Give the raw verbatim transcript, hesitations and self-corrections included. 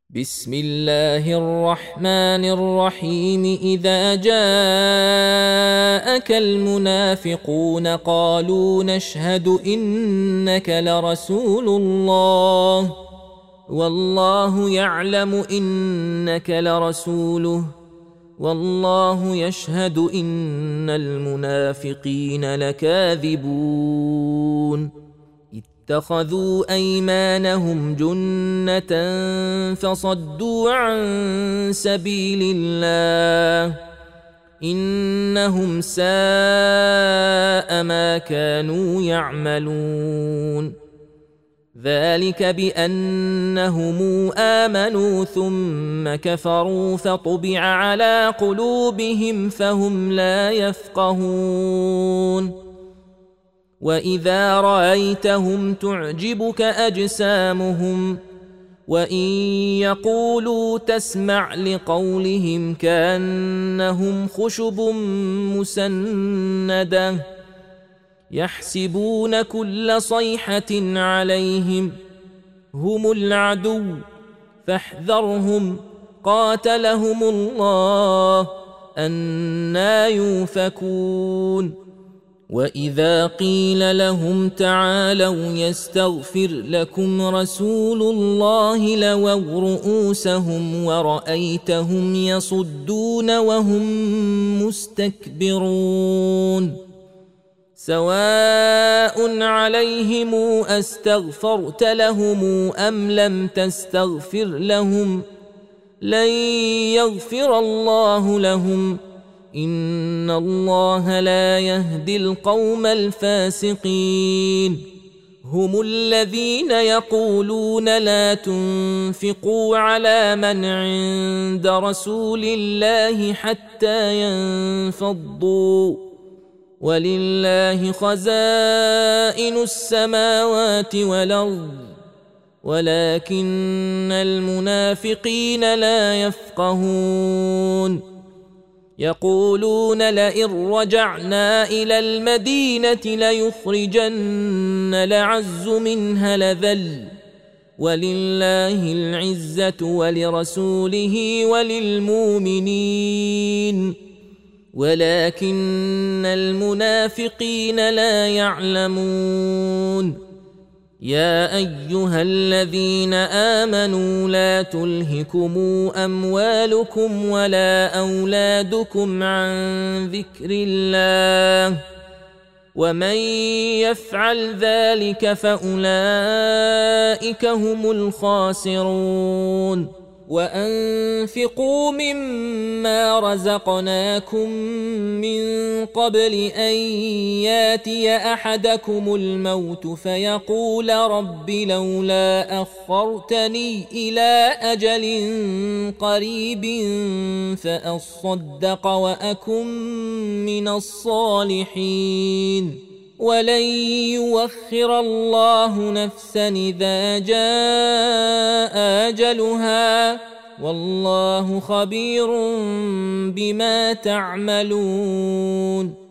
بسم الله الرحمن الرحيم. إذا جاءك المنافقون قالوا نشهد إنك لرسول الله والله يعلم إنك لرسوله والله يشهد إن المنافقين لكاذبون. اتخذوا أيمانهم جنة فصدوا عن سبيل الله إنهم ساء ما كانوا يعملون. ذلك بأنهم آمنوا ثم كفروا فطبع على قلوبهم فهم لا يفقهون. وإذا رأيتهم تعجبك أجسامهم وإن يقولوا تسمع لقولهم كأنهم خشب مسندة يحسبون كل صيحة عليهم هم العدو فاحذرهم قاتلهم الله أنى يؤفكون. وإذا قيل لهم تعالوا يستغفر لكم رسول الله لووا رؤوسهم ورأيتهم يصدون وهم مستكبرون. سواء عليهم أستغفرت لهم أم لم تستغفر لهم لن يغفر الله لهم إن الله لا يهدي القوم الفاسقين. هم الذين يقولون لا تنفقوا على من عند رسول الله حتى ينفضوا ولله خزائن السماوات والأرض ولكن المنافقين لا يفقهون. يقولون لئن رجعنا إلى المدينة ليخرجن الأعز منها الأذل ولله العزة ولرسوله وللمؤمنين ولكن المنافقين لا يعلمون. يا أيها الذين آمنوا لا تلهكم أموالكم ولا أولادكم عن ذكر الله ومن يفعل ذلك فأولئك هم الخاسرون. وأنفقوا مما رزقناكم من قبل أن ياتي أحدكم الموت فيقول رب لولا أخرتني إلى أجل قريب فأصدق وأكن من الصالحين ولن يؤخر الله نفسا إذا جاء أجلها والله خبير بما تعملون.